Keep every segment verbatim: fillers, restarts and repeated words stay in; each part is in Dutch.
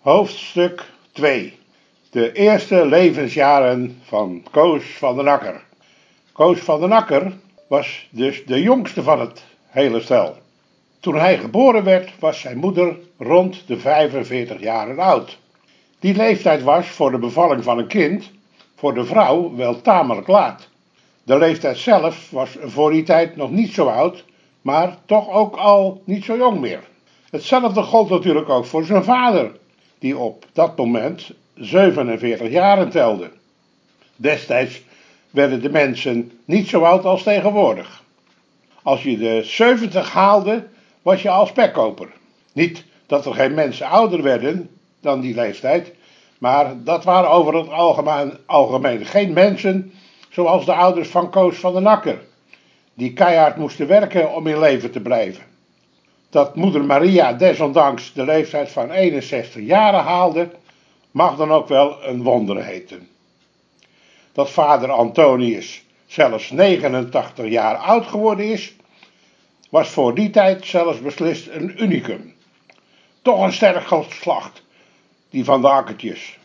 Hoofdstuk twee. De eerste levensjaren van Koos van den Akker. Koos van den Akker was dus de jongste van het hele stel. Toen hij geboren werd, was zijn moeder rond de vijfenveertig jaren oud. Die leeftijd was voor de bevalling van een kind voor de vrouw wel tamelijk laat. De leeftijd zelf was voor die tijd nog niet zo oud, maar toch ook al niet zo jong meer. Hetzelfde gold natuurlijk ook voor zijn vader, die op dat moment zevenenveertig jaren telde. Destijds werden de mensen niet zo oud als tegenwoordig. Als je de zeventig haalde, was je al spekkoper. Niet dat er geen mensen ouder werden dan die leeftijd, maar dat waren over het algemeen, algemeen geen mensen zoals de ouders van Koos van den Akker, die keihard moesten werken om in leven te blijven. Dat moeder Maria desondanks de leeftijd van eenenzestig jaren haalde, mag dan ook wel een wonder heten. Dat vader Antonius zelfs negenentachtig jaar oud geworden is, was voor die tijd zelfs beslist een unicum. Toch een sterk geslacht, die van de Akkertjes.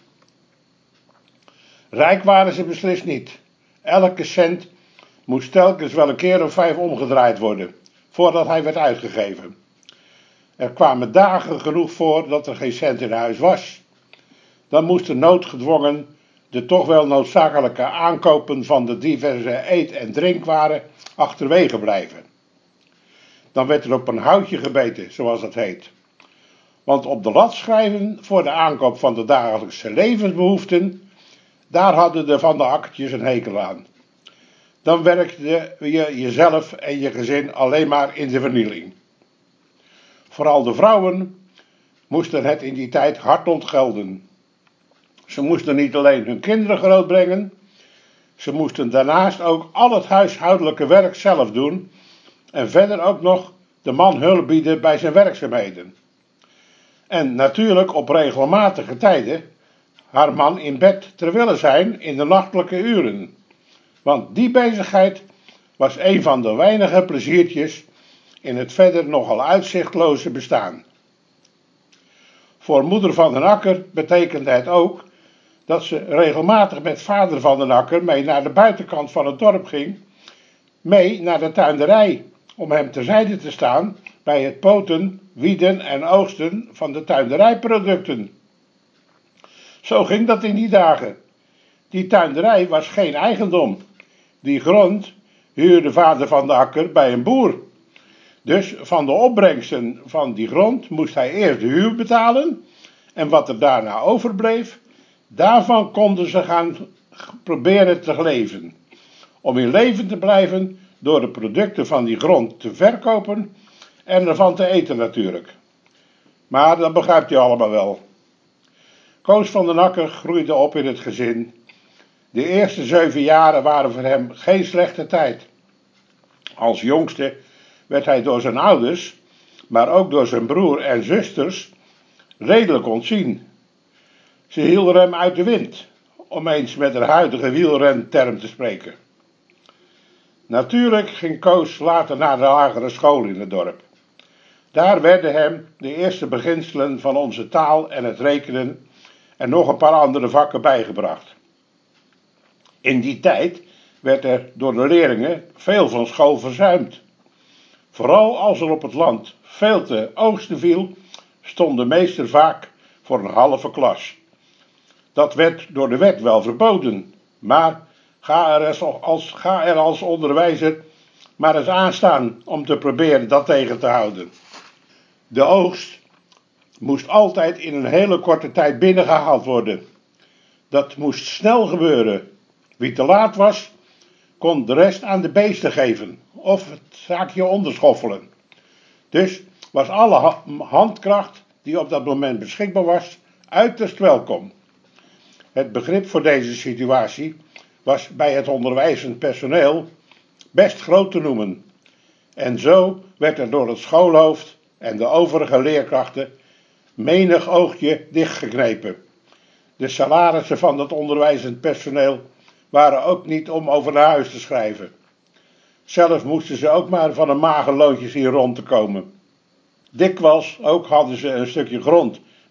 Rijk waren ze beslist niet. Elke cent moest telkens wel een keer of vijf omgedraaid worden, voordat hij werd uitgegeven. Er kwamen dagen genoeg voor dat er geen cent in huis was. Dan moesten noodgedwongen de toch wel noodzakelijke aankopen van de diverse eet- en drinkwaren achterwege blijven. Dan werd er op een houtje gebeten, zoals dat heet. Want op de lat schrijven voor de aankoop van de dagelijkse levensbehoeften, daar hadden de Van de Akkertjes een hekel aan. Dan werkte je jezelf en je gezin alleen maar in de vernieling. Vooral de vrouwen moesten het in die tijd hard ontgelden. Ze moesten niet alleen hun kinderen grootbrengen, ze moesten daarnaast ook al het huishoudelijke werk zelf doen en verder ook nog de man hulp bieden bij zijn werkzaamheden. En natuurlijk op regelmatige tijden haar man in bed ter wille zijn in de nachtelijke uren. Want die bezigheid was een van de weinige pleziertjes in het verder nogal uitzichtloze bestaan. Voor moeder van den Akker betekende het ook dat ze regelmatig met vader van den Akker mee naar de buitenkant van het dorp ging, mee naar de tuinderij, om hem terzijde te staan bij het poten, wieden en oogsten van de tuinderijproducten. Zo ging dat in die dagen. Die tuinderij was geen eigendom. Die grond huurde vader van den Akker bij een boer. Dus van de opbrengsten van die grond moest hij eerst de huur betalen, en wat er daarna overbleef, daarvan konden ze gaan proberen te leven. Om in leven te blijven door de producten van die grond te verkopen en ervan te eten natuurlijk. Maar dat begrijpt u allemaal wel. Koos van den Akker groeide op in het gezin. De eerste zeven jaren waren voor hem geen slechte tijd. Als jongste werd hij door zijn ouders, maar ook door zijn broer en zusters, redelijk ontzien. Ze hielden hem uit de wind, om eens met een huidige wielrenterm te spreken. Natuurlijk ging Koos later naar de lagere school in het dorp. Daar werden hem de eerste beginselen van onze taal en het rekenen en nog een paar andere vakken bijgebracht. In die tijd werd er door de leerlingen veel van school verzuimd. Vooral als er op het land veel te oogsten viel, stond de meester vaak voor een halve klas. Dat werd door de wet wel verboden, maar ga er als, ga er als onderwijzer maar eens aan staan om te proberen dat tegen te houden. De oogst moest altijd in een hele korte tijd binnengehaald worden. Dat moest snel gebeuren. Wie te laat was, kon de rest aan de beesten geven of het zaakje onderschoffelen. Dus was alle handkracht die op dat moment beschikbaar was, uiterst welkom. Het begrip voor deze situatie was bij het onderwijzend personeel best groot te noemen. En zo werd er door het schoolhoofd en de overige leerkrachten menig oogje dichtgeknepen. De salarissen van dat onderwijzend personeel waren ook niet om over naar huis te schrijven. Zelf moesten ze ook maar van een mager loontje zien rond te komen. Dikwijls ook hadden ze een stukje grond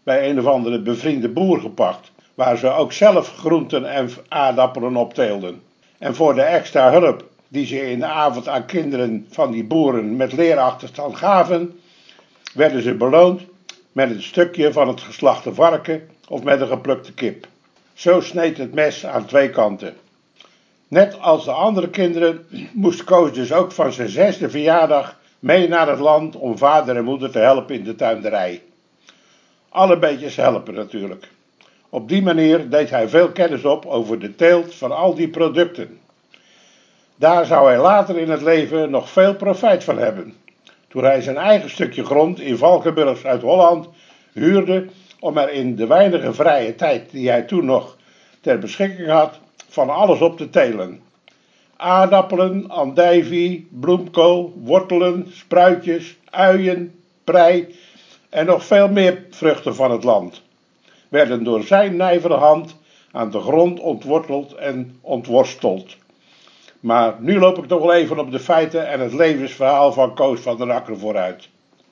bij een of andere bevriende boer gepakt, waar ze ook zelf groenten en aardappelen op teelden. En voor de extra hulp die ze in de avond aan kinderen van die boeren met leerachterstand gaven, werden ze beloond met een stukje van het geslachte varken of met een geplukte kip. Zo sneed het mes aan twee kanten. Net als de andere kinderen moest Koos dus ook van zijn zesde verjaardag mee naar het land om vader en moeder te helpen in de tuinderij. Alle beetjes helpen natuurlijk. Op die manier deed hij veel kennis op over de teelt van al die producten. Daar zou hij later in het leven nog veel profijt van hebben, toen hij zijn eigen stukje grond in Valkenburg, Zuid-Holland, huurde om er in de weinige vrije tijd die hij toen nog ter beschikking had, van alles op te telen. Aardappelen, andijvie, bloemkool, wortelen, spruitjes, uien, prei en nog veel meer vruchten van het land werden door zijn nijvere hand aan de grond ontworteld en ontworsteld. Maar nu loop ik toch wel even op de feiten en het levensverhaal van Koos van der Akker vooruit.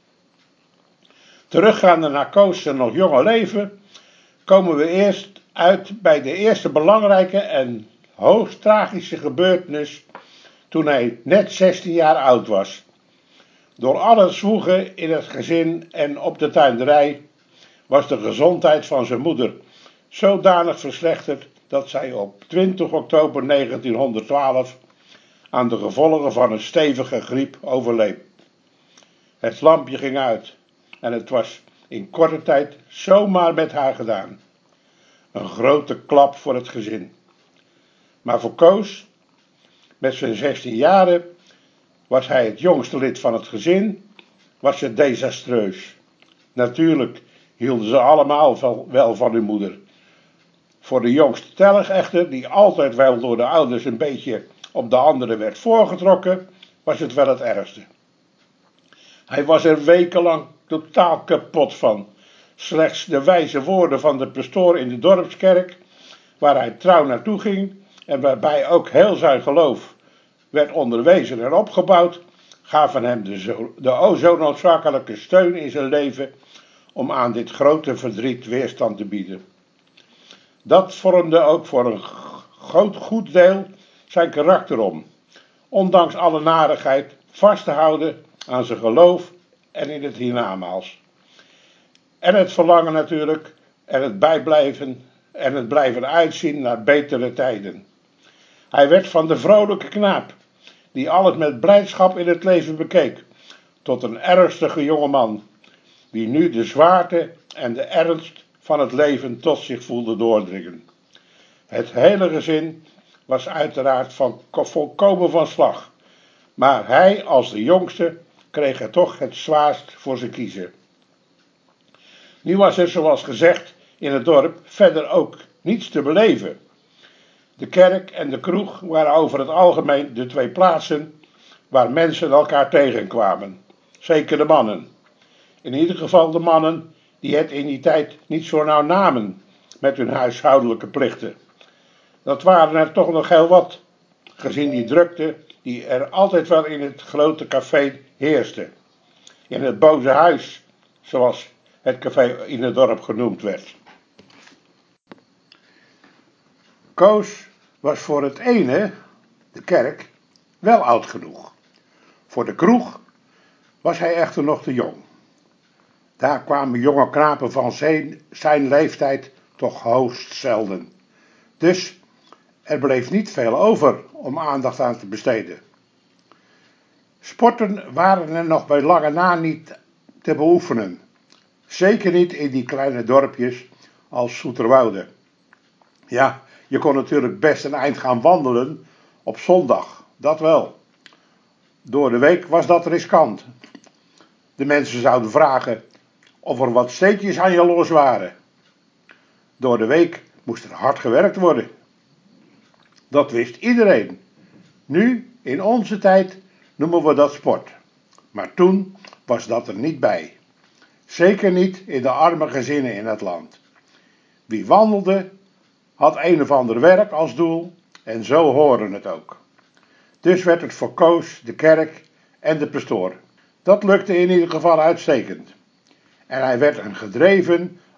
Teruggaande naar Koos' nog jonge leven, komen we eerst uit bij de eerste belangrijke en hoogst tragische gebeurtenis toen hij net zestien jaar oud was. Door al het zwoegen in het gezin en op de tuinderij was de gezondheid van zijn moeder zodanig verslechterd dat zij op twintig oktober negentienhonderdtwaalf aan de gevolgen van een stevige griep overleed. Het lampje ging uit en het was in korte tijd zomaar met haar gedaan. Een grote klap voor het gezin. Maar voor Koos, met zijn zestien jaren, was hij het jongste lid van het gezin, was het desastreus. Natuurlijk hielden ze allemaal wel van hun moeder. Voor de jongste tellig echter, die altijd wel door de ouders een beetje op de anderen werd voorgetrokken, was het wel het ergste. Hij was er wekenlang totaal kapot van. Slechts de wijze woorden van de pastoor in de dorpskerk, waar hij trouw naartoe ging en waarbij ook heel zijn geloof werd onderwezen en opgebouwd, gaven hem de, zo, de o zo noodzakelijke steun in zijn leven om aan dit grote verdriet weerstand te bieden. Dat vormde ook voor een groot goed deel zijn karakter om, ondanks alle narigheid vast te houden aan zijn geloof en in het hiernamaals. En het verlangen natuurlijk, en het bijblijven en het blijven uitzien naar betere tijden. Hij werd van de vrolijke knaap, die alles met blijdschap in het leven bekeek, tot een ernstige jongeman, die nu de zwaarte en de ernst van het leven tot zich voelde doordringen. Het hele gezin was uiteraard van, volkomen van slag, maar hij als de jongste kreeg er toch het zwaarst voor zijn kiezen. Nu was er, zoals gezegd, in het dorp verder ook niets te beleven. De kerk en de kroeg waren over het algemeen de twee plaatsen waar mensen elkaar tegenkwamen. Zeker de mannen. In ieder geval de mannen die het in die tijd niet zo nauw namen met hun huishoudelijke plichten. Dat waren er toch nog heel wat, gezien die drukte die er altijd wel in het grote café heerste. In het boze huis, zoals het café in het dorp genoemd werd. Koos was voor het ene, de kerk, wel oud genoeg. Voor de kroeg was hij echter nog te jong. Daar kwamen jonge knapen van zijn, zijn leeftijd toch hoogst zelden. Dus er bleef niet veel over om aandacht aan te besteden. Sporten waren er nog bij lange na niet te beoefenen. Zeker niet in die kleine dorpjes als Zoeterwoude. Ja, je kon natuurlijk best een eind gaan wandelen op zondag, dat wel. Door de week was dat riskant. De mensen zouden vragen of er wat steekjes aan je los waren. Door de week moest er hard gewerkt worden. Dat wist iedereen. Nu, in onze tijd, noemen we dat sport. Maar toen was dat er niet bij. Zeker niet in de arme gezinnen in het land. Wie wandelde, had een of ander werk als doel en zo hoorde het ook. Dus werd het voor Koos, de kerk en de pastoor. Dat lukte in ieder geval uitstekend. En hij werd een gedreven,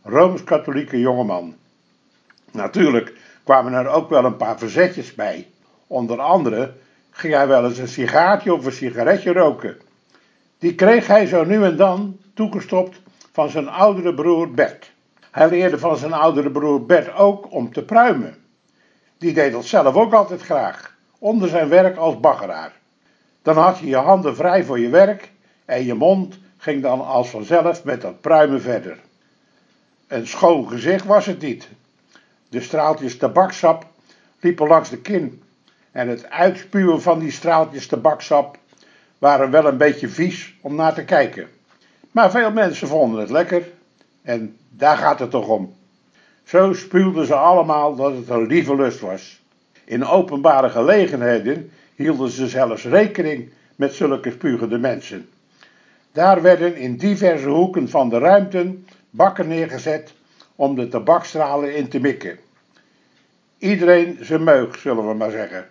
Rooms-katholieke jongeman. Natuurlijk kwamen er ook wel een paar verzetjes bij. Onder andere ging hij wel eens een sigaartje of een sigaretje roken. Die kreeg hij zo nu en dan toegestopt van zijn oudere broer Bert. Hij leerde van zijn oudere broer Bert ook om te pruimen. Die deed dat zelf ook altijd graag, onder zijn werk als baggeraar. Dan had je je handen vrij voor je werk en je mond ging dan als vanzelf met dat pruimen verder. Een schoon gezicht was het niet. De straaltjes tabaksap liepen langs de kin en het uitspuwen van die straaltjes tabaksap waren wel een beetje vies om naar te kijken. Maar veel mensen vonden het lekker en daar gaat het toch om. Zo spuwden ze allemaal dat het een lieve lust was. In openbare gelegenheden hielden ze zelfs rekening met zulke spugende mensen. Daar werden in diverse hoeken van de ruimten bakken neergezet om de tabakstralen in te mikken. Iedereen zijn meug, zullen we maar zeggen.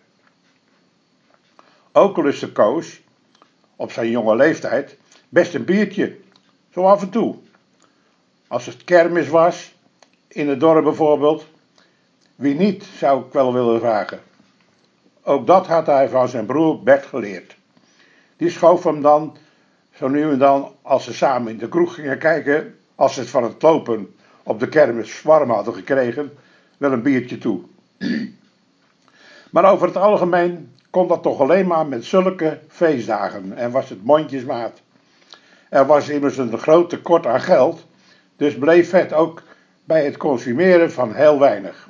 Ook al is de Koos, op zijn jonge leeftijd, best een biertje, zo af en toe. Als het kermis was, in het dorp bijvoorbeeld, wie niet, zou ik wel willen vragen. Ook dat had hij van zijn broer Bert geleerd. Die schoof hem dan, zo nu en dan, als ze samen in de kroeg gingen kijken, als ze het van het lopen op de kermis warm hadden gekregen, wel een biertje toe. Maar over het algemeen kon dat toch alleen maar met zulke feestdagen en was het mondjesmaat. Er was immers een groot tekort aan geld, dus bleef het ook bij het consumeren van heel weinig.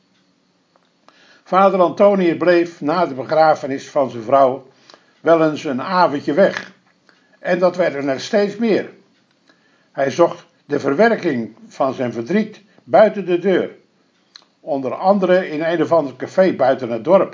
Vader Antonius bleef na de begrafenis van zijn vrouw wel eens een avondje weg. En dat werden er steeds meer. Hij zocht de verwerking van zijn verdriet buiten de deur. Onder andere in een of ander café buiten het dorp.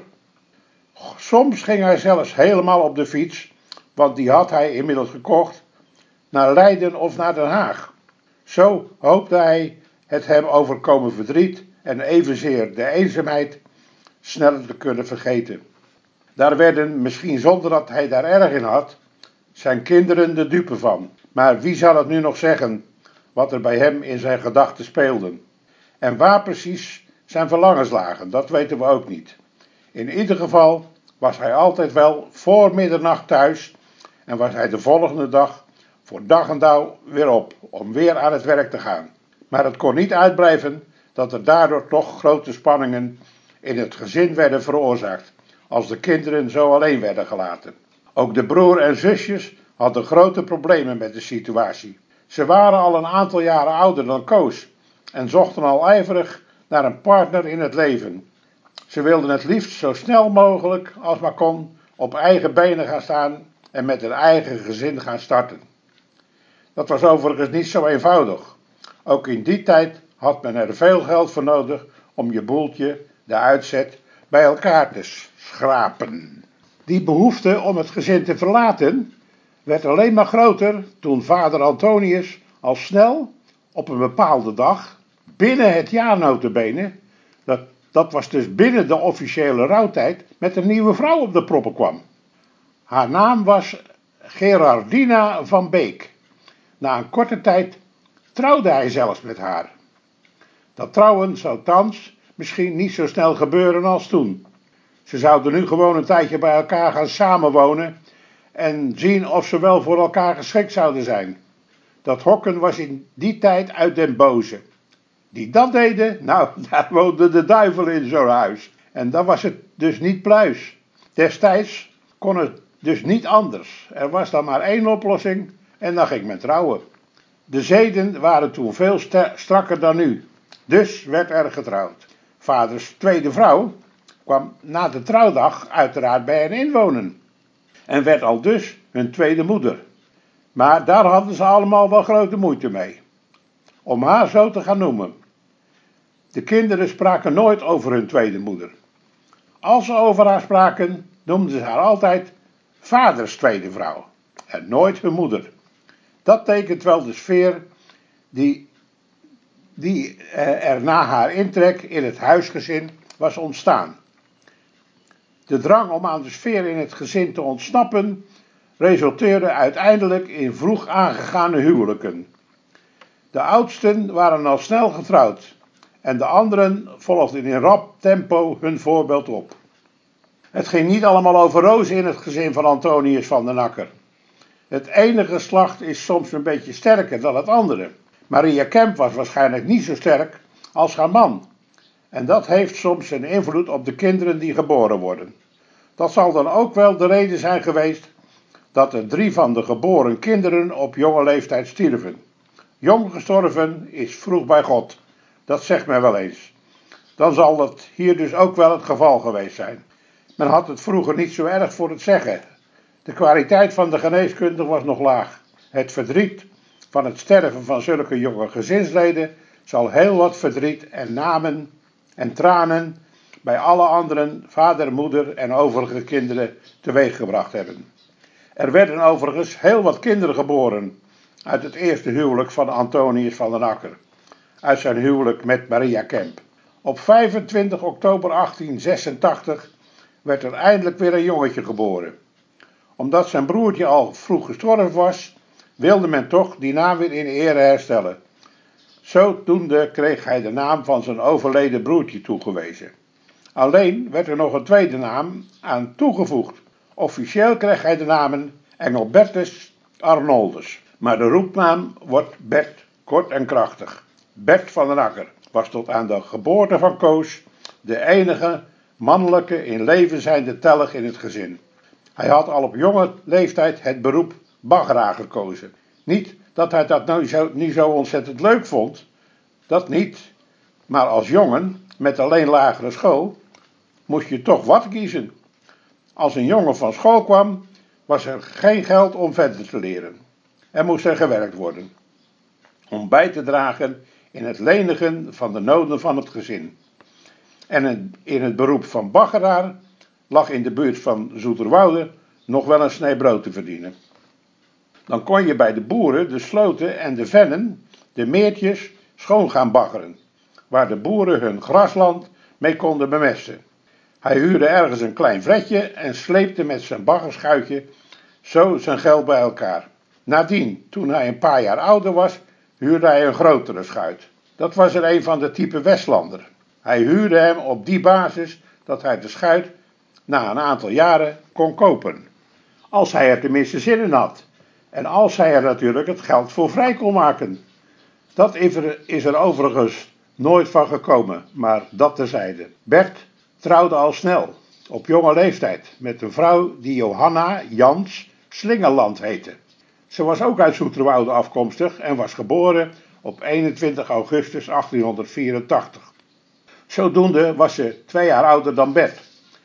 Soms ging hij zelfs helemaal op de fiets, want die had hij inmiddels gekocht, naar Leiden of naar Den Haag. Zo hoopte hij het hem overkomen verdriet en evenzeer de eenzaamheid sneller te kunnen vergeten. Daar werden, misschien zonder dat hij daar erg in had, zijn kinderen de dupe van. Maar wie zal het nu nog zeggen wat er bij hem in zijn gedachten speelden? En waar precies zijn verlangens lagen, dat weten we ook niet. In ieder geval was hij altijd wel voor middernacht thuis en was hij de volgende dag voor dag en dauw weer op, om weer aan het werk te gaan. Maar het kon niet uitblijven dat er daardoor toch grote spanningen in het gezin werden veroorzaakt, als de kinderen zo alleen werden gelaten. Ook de broer en zusjes hadden grote problemen met de situatie. Ze waren al een aantal jaren ouder dan Koos en zochten al ijverig naar een partner in het leven. Ze wilden het liefst zo snel mogelijk als maar kon op eigen benen gaan staan en met een eigen gezin gaan starten. Dat was overigens niet zo eenvoudig. Ook in die tijd had men er veel geld voor nodig om je boeltje, de uitzet, bij elkaar te schrapen. Die behoefte om het gezin te verlaten werd alleen maar groter toen vader Antonius al snel op een bepaalde dag, binnen het jaar notabene, dat, dat was dus binnen de officiële rouwtijd, met een nieuwe vrouw op de proppen kwam. Haar naam was Gerardina van Beek. Na een korte tijd trouwde hij zelfs met haar. Dat trouwen zou thans misschien niet zo snel gebeuren als toen. Ze zouden nu gewoon een tijdje bij elkaar gaan samenwonen en zien of ze wel voor elkaar geschikt zouden zijn. Dat hokken was in die tijd uit den boze. Die dat deden, nou, daar woonde de duivel in zo'n huis. En dan was het dus niet pluis. Destijds kon het dus niet anders. Er was dan maar één oplossing en dan ging men trouwen. De zeden waren toen veel strakker dan nu. Dus werd er getrouwd. Vaders tweede vrouw kwam na de trouwdag uiteraard bij hen inwonen. En werd al dus hun tweede moeder. Maar daar hadden ze allemaal wel grote moeite mee. Om haar zo te gaan noemen. De kinderen spraken nooit over hun tweede moeder. Als ze over haar spraken, noemden ze haar altijd vaders tweede vrouw. En nooit hun moeder. Dat tekent wel de sfeer die, die er na haar intrek in het huisgezin was ontstaan. De drang om aan de sfeer in het gezin te ontsnappen resulteerde uiteindelijk in vroeg aangegane huwelijken. De oudsten waren al snel getrouwd en de anderen volgden in rap tempo hun voorbeeld op. Het ging niet allemaal over rozen in het gezin van Antonius van den Akker. Het ene geslacht is soms een beetje sterker dan het andere. Maria Kemp was waarschijnlijk niet zo sterk als haar man. En dat heeft soms een invloed op de kinderen die geboren worden. Dat zal dan ook wel de reden zijn geweest dat er drie van de geboren kinderen op jonge leeftijd stierven. Jong gestorven is vroeg bij God. Dat zegt men wel eens. Dan zal dat hier dus ook wel het geval geweest zijn. Men had het vroeger niet zo erg voor het zeggen. De kwaliteit van de geneeskunde was nog laag. Het verdriet van het sterven van zulke jonge gezinsleden zal heel wat verdriet en namen en tranen bij alle anderen, vader, moeder en overige kinderen teweeggebracht hebben. Er werden overigens heel wat kinderen geboren uit het eerste huwelijk van Antonius van den Akker, uit zijn huwelijk met Maria Kemp. Op vijfentwintig oktober achttienhonderdzesentachtig werd er eindelijk weer een jongetje geboren. Omdat zijn broertje al vroeg gestorven was, wilde men toch die naam weer in ere herstellen. Zodoende kreeg hij de naam van zijn overleden broertje toegewezen. Alleen werd er nog een tweede naam aan toegevoegd. Officieel kreeg hij de namen Engelbertus Arnoldus. Maar de roepnaam wordt Bert, kort en krachtig. Bert van den Akker was tot aan de geboorte van Koos de enige mannelijke in leven zijnde telg in het gezin. Hij had al op jonge leeftijd het beroep baggeraar gekozen. Niet dat hij dat nou zo, niet zo ontzettend leuk vond, dat niet. Maar als jongen, met alleen lagere school, moest je toch wat kiezen. Als een jongen van school kwam, was er geen geld om verder te leren. Er moest er gewerkt worden. Om bij te dragen in het lenigen van de noden van het gezin. En in het beroep van baggeraar lag in de buurt van Zoeterwoude nog wel een snee brood te verdienen. Dan kon je bij de boeren de sloten en de vennen, de meertjes, schoon gaan baggeren, waar de boeren hun grasland mee konden bemesten. Hij huurde ergens een klein vletje en sleepte met zijn baggerschuitje zo zijn geld bij elkaar. Nadien, toen hij een paar jaar ouder was, huurde hij een grotere schuit. Dat was er een van de type Westlander. Hij huurde hem op die basis dat hij de schuit na een aantal jaren kon kopen. Als hij er tenminste zin in had. En als hij er natuurlijk het geld voor vrij kon maken. Dat is er overigens nooit van gekomen, maar dat terzijde. Bert trouwde al snel, op jonge leeftijd, met een vrouw die Johanna Jans Slingerland heette. Ze was ook uit Zoeterwoude afkomstig en was geboren op eenentwintig augustus achttienhonderdvierentachtig. Zodoende was ze twee jaar ouder dan Bert.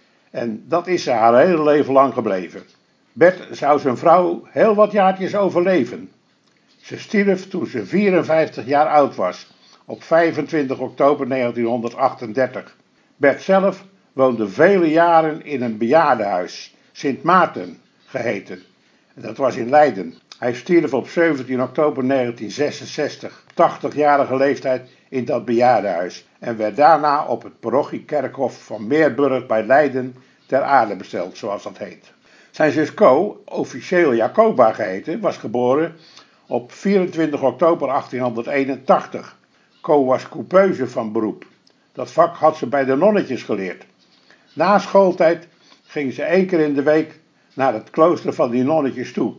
En dat is ze haar hele leven lang gebleven. Bert zou zijn vrouw heel wat jaartjes overleven. Ze stierf toen ze vierenvijftig jaar oud was, op vijfentwintig oktober negentienhonderdachtendertig. Bert zelf woonde vele jaren in een bejaardenhuis, Sint Maarten geheten. Dat was in Leiden. Hij stierf op zeventien oktober negentienhonderdzesenzestig, tachtigjarige leeftijd, in dat bejaardenhuis en werd daarna op het parochiekerkhof van Meerburg bij Leiden ter aarde besteld, zoals dat heet. Zijn zus Co, officieel Jacoba geheten, was geboren op vierentwintig oktober achttienhonderdeenentachtig. Co was coupeuse van beroep. Dat vak had ze bij de nonnetjes geleerd. Na schooltijd ging ze één keer in de week naar het klooster van die nonnetjes toe.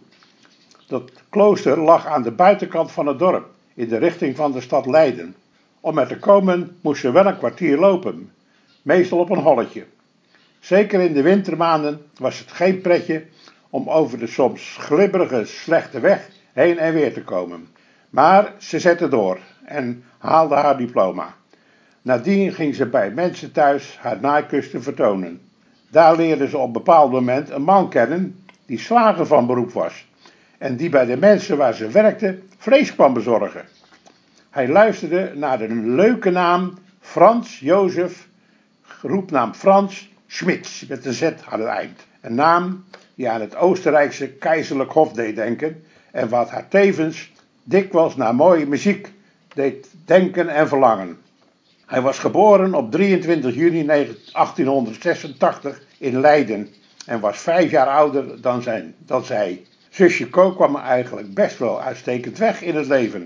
Dat klooster lag aan de buitenkant van het dorp, in de richting van de stad Leiden. Om er te komen moest ze wel een kwartier lopen, meestal op een holletje. Zeker in de wintermaanden was het geen pretje om over de soms glibberige, slechte weg heen en weer te komen. Maar ze zette door en haalde haar diploma. Nadien ging ze bij mensen thuis haar naaikunsten vertonen. Daar leerde ze op een bepaald moment een man kennen die slager van beroep was en die bij de mensen waar ze werkte vlees kwam bezorgen. Hij luisterde naar de leuke naam Frans Jozef, roepnaam Frans Schmitz met een Z aan het eind. Een naam die aan het Oostenrijkse keizerlijk hof deed denken en wat haar tevens dikwijls naar mooie muziek deed denken en verlangen. Hij was geboren op drieëntwintig juni achttienhonderdzesentachtig in Leiden en was vijf jaar ouder dan, zijn, dan zij. Zusje Co kwam eigenlijk best wel uitstekend weg in het leven.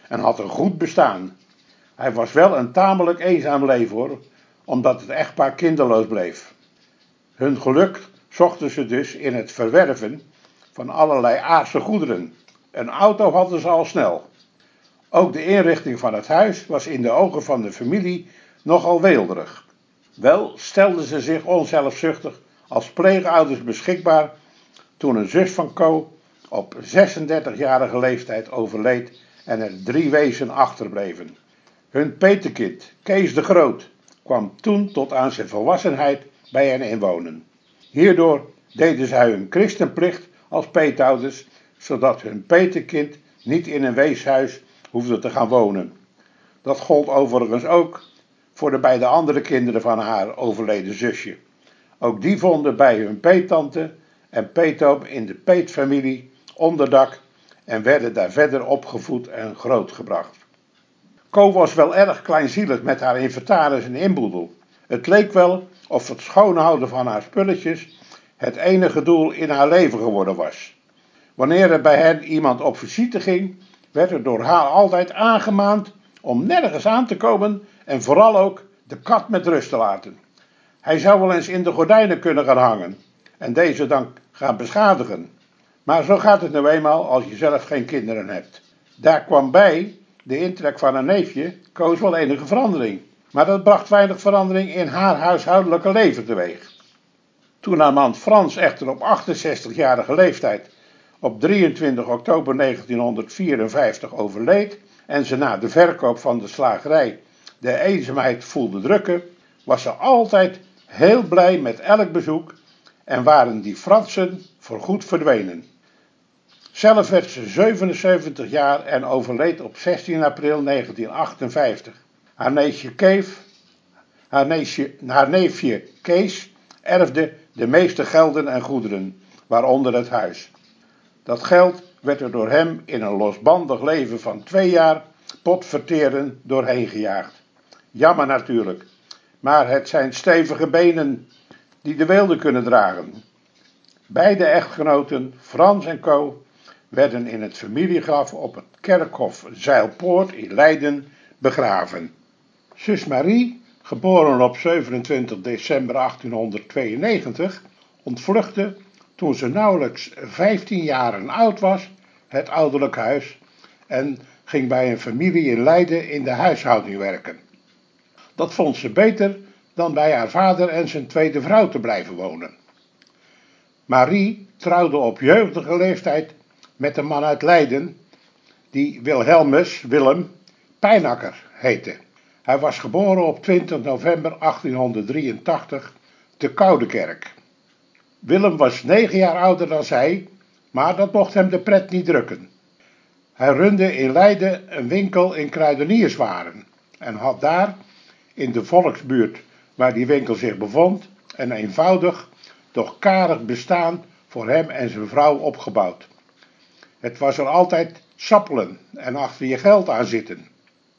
en had een goed bestaan. Hij was wel een tamelijk eenzaam leven hoor, omdat het echtpaar kinderloos bleef. Hun geluk zochten ze dus in het verwerven van allerlei aardse goederen. Een auto hadden ze al snel. Ook de inrichting van het huis was in de ogen van de familie nogal weelderig. Wel stelden ze zich onzelfzuchtig als pleegouders beschikbaar toen een zus van Co op zesendertigjarige leeftijd overleed en er drie wezen achterbleven. Hun petekind, Kees de Groot, kwam toen tot aan zijn volwassenheid bij hen inwonen. Hierdoor deden zij hun christenplicht als peetouders, zodat hun petekind niet in een weeshuis hoefde te gaan wonen. Dat gold overigens ook voor de beide andere kinderen van haar overleden zusje. Ook die vonden bij hun peettante en peetoom in de peetfamilie onderdak en werden daar verder opgevoed en grootgebracht. Co was wel erg kleinzielig met haar inventaris en inboedel. Het leek wel of het schoonhouden van haar spulletjes het enige doel in haar leven geworden was. Wanneer er bij hen iemand op visite ging, werd er door haar altijd aangemaand om nergens aan te komen en vooral ook de kat met rust te laten. Hij zou wel eens in de gordijnen kunnen gaan hangen en deze dan gaan beschadigen. Maar zo gaat het nou eenmaal als je zelf geen kinderen hebt. Daar kwam bij de intrek van een neefje, koos wel enige verandering. Maar dat bracht weinig verandering in haar huishoudelijke leven teweeg. Toen haar man Frans echter op achtenzestigjarige leeftijd op drieëntwintig oktober negentienhonderdvierenvijftig overleed en ze na de verkoop van de slagerij de eenzaamheid voelde drukken, was ze altijd heel blij met elk bezoek en waren die Fransen voorgoed verdwenen. Zelf werd ze zevenenzeventig jaar en overleed op zestien april negentienhonderdachtenvijftig. Haar neefje, Keef, haar, neefje, haar neefje Kees erfde de meeste gelden en goederen, waaronder het huis. Dat geld werd er door hem in een losbandig leven van twee jaar potverteren doorheen gejaagd. Jammer natuurlijk, maar het zijn stevige benen die de weelde kunnen dragen. Beide echtgenoten, Frans en Co, werden in het familiegraf op het kerkhof Zijlpoort in Leiden begraven. Zus Marie, geboren op zevenentwintig december achttienhonderdtweeënnegentig, ontvluchtte toen ze nauwelijks vijftien jaren oud was het ouderlijk huis en ging bij een familie in Leiden in de huishouding werken. Dat vond ze beter dan bij haar vader en zijn tweede vrouw te blijven wonen. Marie trouwde op jeugdige leeftijd met een man uit Leiden die Wilhelmus, Willem, Pijnakker heette. Hij was geboren op twintig november achttienhonderddrieëntachtig te Koudekerk. Willem was negen jaar ouder dan zij, maar dat mocht hem de pret niet drukken. Hij runde in Leiden een winkel in kruidenierswaren en had daar, in de volksbuurt waar die winkel zich bevond, een eenvoudig, doch karig bestaan voor hem en zijn vrouw opgebouwd. Het was er altijd sappelen en achter je geld aan zitten.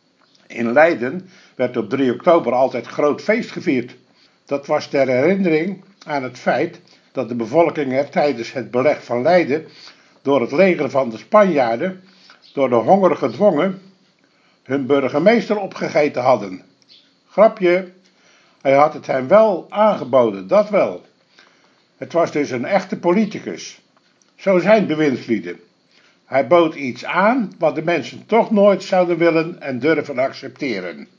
In Leiden werd op drie oktober altijd groot feest gevierd. Dat was ter herinnering aan het feit dat de bevolking er tijdens het beleg van Leiden door het leger van de Spanjaarden door de honger gedwongen hun burgemeester opgegeten hadden. Grapje, hij had het hem wel aangeboden, dat wel. Het was dus een echte politicus. Zo zijn bewindslieden. Hij bood iets aan wat de mensen toch nooit zouden willen en durven accepteren.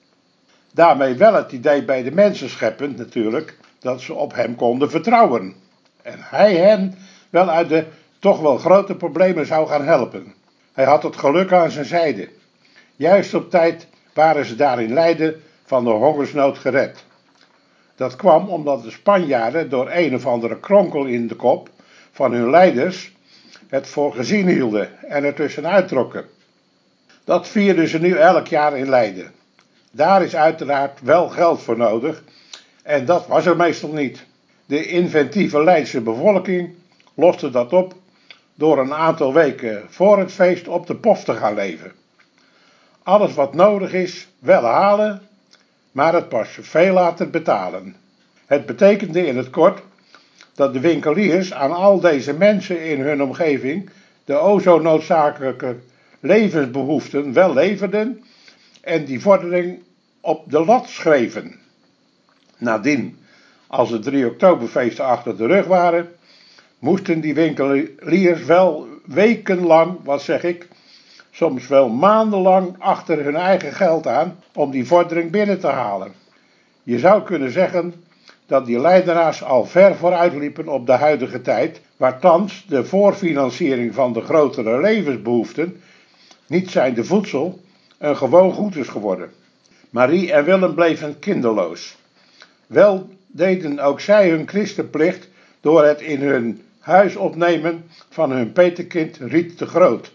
Daarmee wel het idee bij de mensen scheppend natuurlijk dat ze op hem konden vertrouwen. En hij hen wel uit de toch wel grote problemen zou gaan helpen. Hij had het geluk aan zijn zijde. Juist op tijd waren ze daar in Leiden van de hongersnood gered. Dat kwam omdat de Spanjaarden door een of andere kronkel in de kop van hun leiders het voor gezien hielden en er tussenuit trokken. Dat vierden ze nu elk jaar in Leiden. Daar is uiteraard wel geld voor nodig en dat was er meestal niet. De inventieve Leidse bevolking loste dat op door een aantal weken voor het feest op de post te gaan leven. Alles wat nodig is, wel halen, maar het pas veel later betalen. Het betekende in het kort dat de winkeliers aan al deze mensen in hun omgeving de o zo noodzakelijke levensbehoeften wel leverden en die vordering op de lat schreven. Nadien, als de drie oktoberfeesten achter de rug waren, moesten die winkeliers wel wekenlang, wat zeg ik, soms wel maandenlang achter hun eigen geld aan om die vordering binnen te halen. Je zou kunnen zeggen dat die leidenaars al ver vooruit liepen op de huidige tijd, waar thans de voorfinanciering van de grotere levensbehoeften, niet zijnde voedsel, een gewoon goed is geworden. Marie en Willem bleven kinderloos. Wel deden ook zij hun christenplicht door het in hun huis opnemen van hun petekind Riet de Groot,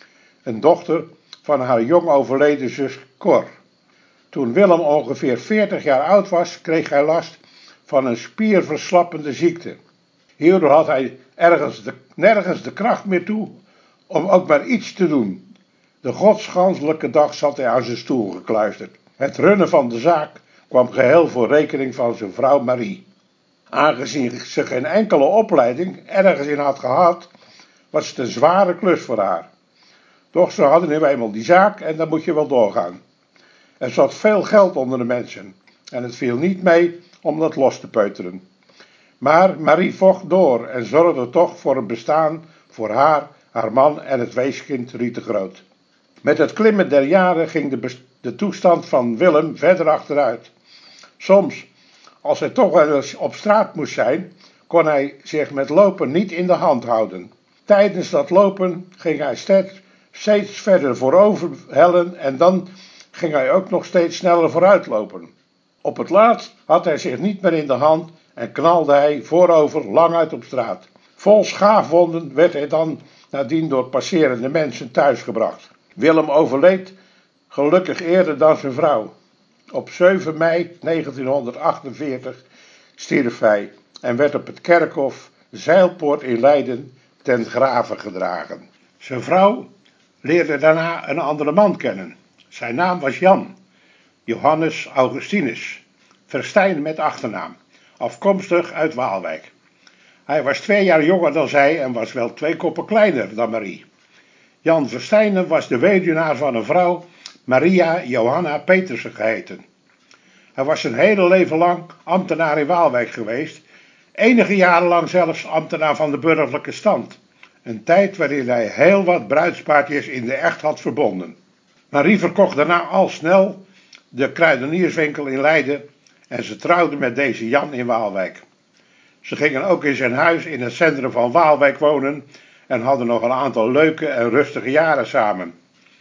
een dochter van haar jong overleden zus Cor. Toen Willem ongeveer veertig jaar oud was, kreeg hij last van een spierverslappende ziekte. Hierdoor had hij ergens de, nergens de kracht meer toe om ook maar iets te doen. De godsganselijke dag zat hij aan zijn stoel gekluisterd. Het runnen van de zaak kwam geheel voor rekening van zijn vrouw Marie. Aangezien ze geen enkele opleiding ergens in had gehad, was het een zware klus voor haar. Doch ze hadden nu eenmaal die zaak en dan moet je wel doorgaan. Er zat veel geld onder de mensen en het viel niet mee om dat los te peuteren. Maar Marie vocht door en zorgde toch voor een bestaan voor haar, haar man en het weeskind Riet de Groot. Met het klimmen der jaren ging de, de toestand van Willem verder achteruit. Soms, als hij toch wel eens op straat moest zijn, kon hij zich met lopen niet in de hand houden. Tijdens dat lopen ging hij steeds, steeds verder voorover hellen en dan ging hij ook nog steeds sneller vooruit lopen. Op het laatst had hij zich niet meer in de hand en knalde hij voorover lang uit op straat. Vol schaafwonden werd hij dan nadien door passerende mensen thuisgebracht. Willem overleed gelukkig eerder dan zijn vrouw. Op zeven mei negentienhonderdachtenveertig stierf hij en werd op het kerkhof Zijlpoort in Leiden ten grave gedragen. Zijn vrouw leerde daarna een andere man kennen. Zijn naam was Jan, Johannes Augustinus, Verstijn met achternaam, afkomstig uit Waalwijk. Hij was twee jaar jonger dan zij en was wel twee koppen kleiner dan Marie. Jan Verstijnen was de weduwnaar van een vrouw, Maria Johanna Petersen geheten. Hij was zijn hele leven lang ambtenaar in Waalwijk geweest, enige jaren lang zelfs ambtenaar van de burgerlijke stand. Een tijd waarin hij heel wat bruidspaardjes in de echt had verbonden. Marie verkocht daarna al snel de kruidenierswinkel in Leiden en ze trouwde met deze Jan in Waalwijk. Ze gingen ook in zijn huis in het centrum van Waalwijk wonen en hadden nog een aantal leuke en rustige jaren samen.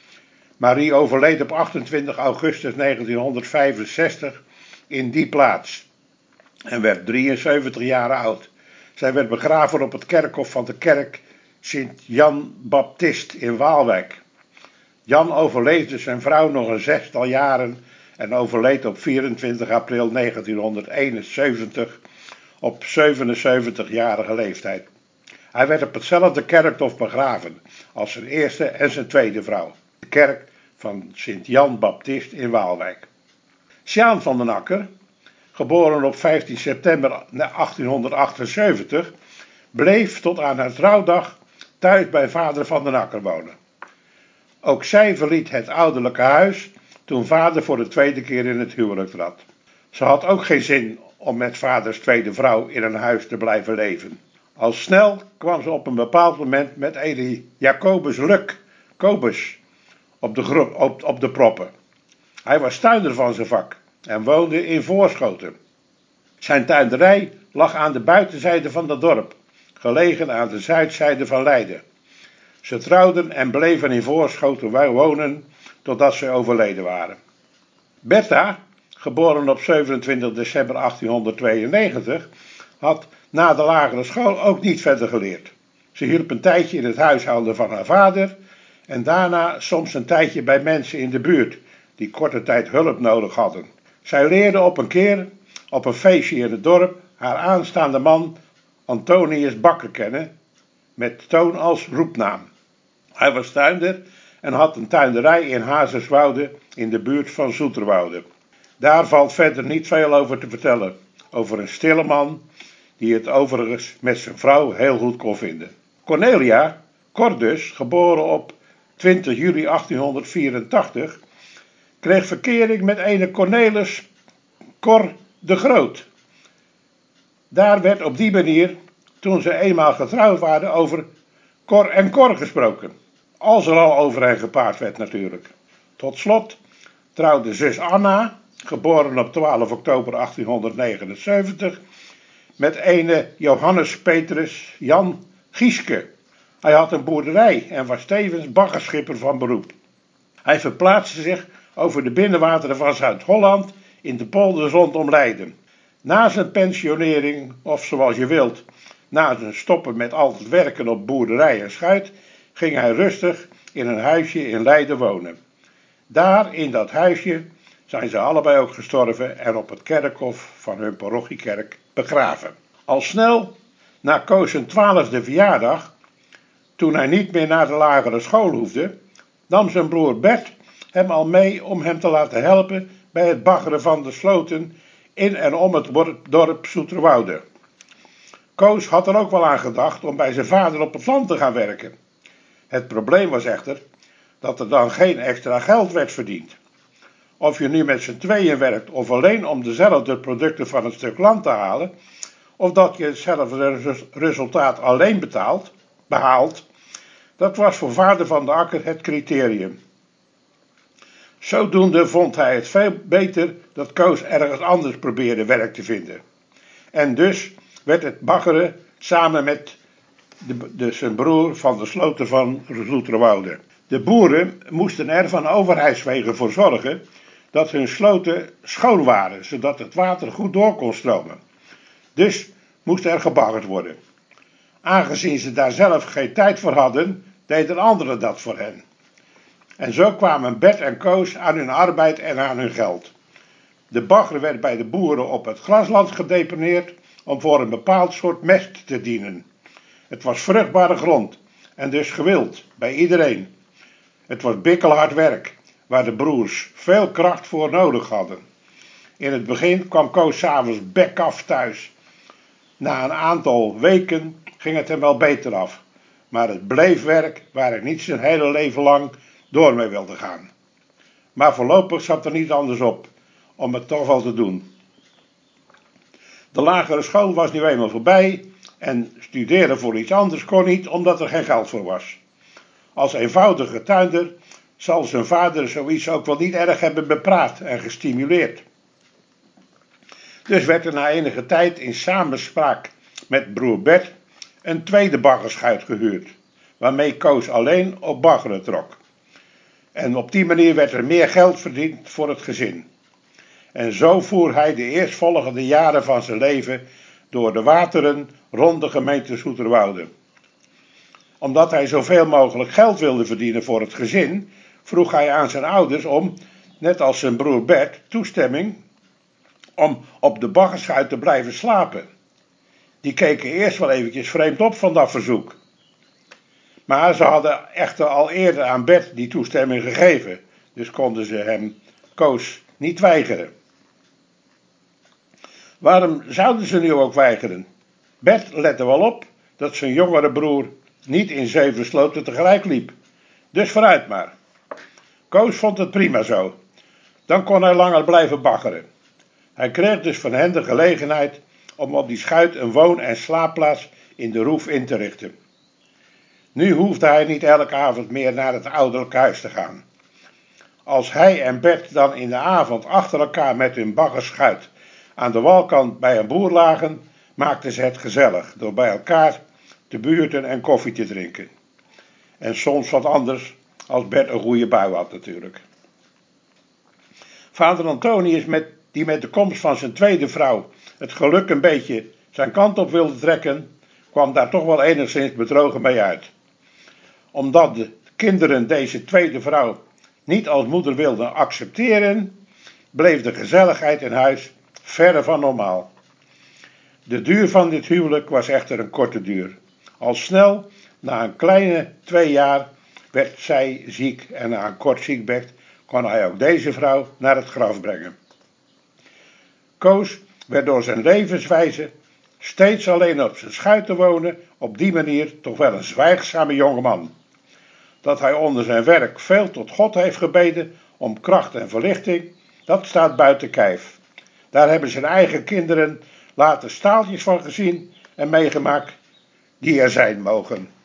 Marie overleed op achtentwintig augustus negentienhonderdvijfenzestig in die plaats en werd drieënzeventig jaar oud. Zij werd begraven op het kerkhof van de kerk Sint-Jan Baptist in Waalwijk. Jan overleefde zijn vrouw nog een zestal jaren en overleed op vierentwintig april negentienhonderdeenenzeventig op zevenenzeventigjarige leeftijd. Hij werd op hetzelfde kerkhof begraven als zijn eerste en zijn tweede vrouw, de kerk van Sint-Jan Baptist in Waalwijk. Sjaan van den Akker, geboren op vijftien september achttienhonderdachtenzeventig, bleef tot aan haar trouwdag thuis bij vader van den Akker wonen. Ook zij verliet het ouderlijke huis toen vader voor de tweede keer in het huwelijk trad. Ze had ook geen zin om met vaders tweede vrouw in een huis te blijven leven. Al snel kwam ze op een bepaald moment met Eli Jacobus Luk, Kobus, op de, op, op de proppen. Hij was tuinder van zijn vak en woonde in Voorschoten. Zijn tuinderij lag aan de buitenzijde van het dorp, gelegen aan de zuidzijde van Leiden. Ze trouwden en bleven in Voorschoten wonen totdat ze overleden waren. Bertha, geboren op zevenentwintig december achttienhonderdtweeënnegentig, had na de lagere school ook niet verder geleerd. Ze hielp een tijdje in het huishouden van haar vader en daarna soms een tijdje bij mensen in de buurt die korte tijd hulp nodig hadden. Zij leerde op een keer op een feestje in het dorp haar aanstaande man Antonius Bakker kennen, met Toon als roepnaam. Hij was tuinder en had een tuinderij in Hazerswoude in de buurt van Zoeterwoude. Daar valt verder niet veel over te vertellen, over een stille man die het overigens met zijn vrouw heel goed kon vinden. Cornelia, Cor dus, geboren op twintig juli achttienhonderdvierentachtig, kreeg verkering met ene Cornelis Cor de Groot. Daar werd op die manier, toen ze eenmaal getrouwd waren, over Cor en Cor gesproken. Als er al over hen gepaard werd natuurlijk. Tot slot trouwde zus Anna, geboren op twaalf oktober achttienhonderdnegenenzeventig, met ene Johannes Petrus Jan Gieske. Hij had een boerderij en was tevens baggerschipper van beroep. Hij verplaatste zich over de binnenwateren van Zuid-Holland in de polders rondom Leiden. Na zijn pensionering, of zoals je wilt, na zijn stoppen met altijd werken op boerderij en schuit, ging hij rustig in een huisje in Leiden wonen. Daar, in dat huisje, zijn ze allebei ook gestorven en op het kerkhof van hun parochiekerk begraven. Al snel, na Koos zijn twaalfde verjaardag, toen hij niet meer naar de lagere school hoefde, nam zijn broer Bert hem al mee om hem te laten helpen bij het baggeren van de sloten in en om het dorp Zoeterwoude. Koos had er ook wel aan gedacht om bij zijn vader op het land te gaan werken. Het probleem was echter dat er dan geen extra geld werd verdiend. Of je nu met z'n tweeën werkt of alleen om dezelfde producten van het stuk land te halen, of dat je hetzelfde resultaat alleen betaalt, behaalt, dat was voor vader van de Akker het criterium. Zodoende vond hij het veel beter dat Koos ergens anders probeerde werk te vinden. En dus werd het baggeren samen met de, de, zijn broer van de sloten van Zoeterwoude. De boeren moesten er van overheidswegen voor zorgen dat hun sloten schoon waren, zodat het water goed door kon stromen. Dus moest er gebaggerd worden. Aangezien ze daar zelf geen tijd voor hadden, deden anderen dat voor hen. En zo kwamen Bert en Koos aan hun arbeid en aan hun geld. De bagger werd bij de boeren op het grasland gedeponeerd om voor een bepaald soort mest te dienen. Het was vruchtbare grond en dus gewild bij iedereen. Het was bikkelhard werk, waar de broers veel kracht voor nodig hadden. In het begin kwam Koos 's avonds bekaf thuis. Na een aantal weken ging het hem wel beter af, maar het bleef werk waar hij niet zijn hele leven lang door mee wilde gaan. Maar voorlopig zat er niet anders op, om het toch wel te doen. De lagere school was nu eenmaal voorbij en studeren voor iets anders kon niet, omdat er geen geld voor was. Als eenvoudige tuinder zal zijn vader zoiets ook wel niet erg hebben bepraat en gestimuleerd. Dus werd er na enige tijd in samenspraak met broer Bert een tweede baggerschuit gehuurd, waarmee Koos alleen op baggeren trok. En op die manier werd er meer geld verdiend voor het gezin. En zo voer hij de eerstvolgende jaren van zijn leven door de wateren rond de gemeente Zoeterwoude. Omdat hij zoveel mogelijk geld wilde verdienen voor het gezin, vroeg hij aan zijn ouders om, net als zijn broer Bert, toestemming om op de baggerschuit te blijven slapen. Die keken eerst wel eventjes vreemd op van dat verzoek. Maar ze hadden echter al eerder aan Bert die toestemming gegeven, dus konden ze hem, Koos, niet weigeren. Waarom zouden ze nu ook weigeren? Bert lette wel op dat zijn jongere broer niet in zeven sloten tegelijk liep. Dus vooruit maar. Koos vond het prima zo. Dan kon hij langer blijven baggeren. Hij kreeg dus van hen de gelegenheid om op die schuit een woon- en slaapplaats in de Roef in te richten. Nu hoefde hij niet elke avond meer naar het ouderlijk huis te gaan. Als hij en Bert dan in de avond achter elkaar met hun baggerschuit aan de walkant bij een boer lagen, maakten ze het gezellig door bij elkaar te buurten en koffie te drinken. En soms wat anders, als Bert een goede bui had natuurlijk. Vader Antonius, met, die met de komst van zijn tweede vrouw het geluk een beetje zijn kant op wilde trekken, kwam daar toch wel enigszins bedrogen mee uit. Omdat de kinderen deze tweede vrouw niet als moeder wilden accepteren, bleef de gezelligheid in huis verre van normaal. De duur van dit huwelijk was echter een korte duur. Al snel, na een kleine twee jaar, werd zij ziek en na een kort ziekbed kon hij ook deze vrouw naar het graf brengen. Koos werd door zijn levenswijze steeds alleen op zijn schuit te wonen, op die manier toch wel een zwijgzame jongeman. Dat hij onder zijn werk veel tot God heeft gebeden om kracht en verlichting, dat staat buiten kijf. Daar hebben zijn eigen kinderen later staaltjes van gezien en meegemaakt die er zijn mogen.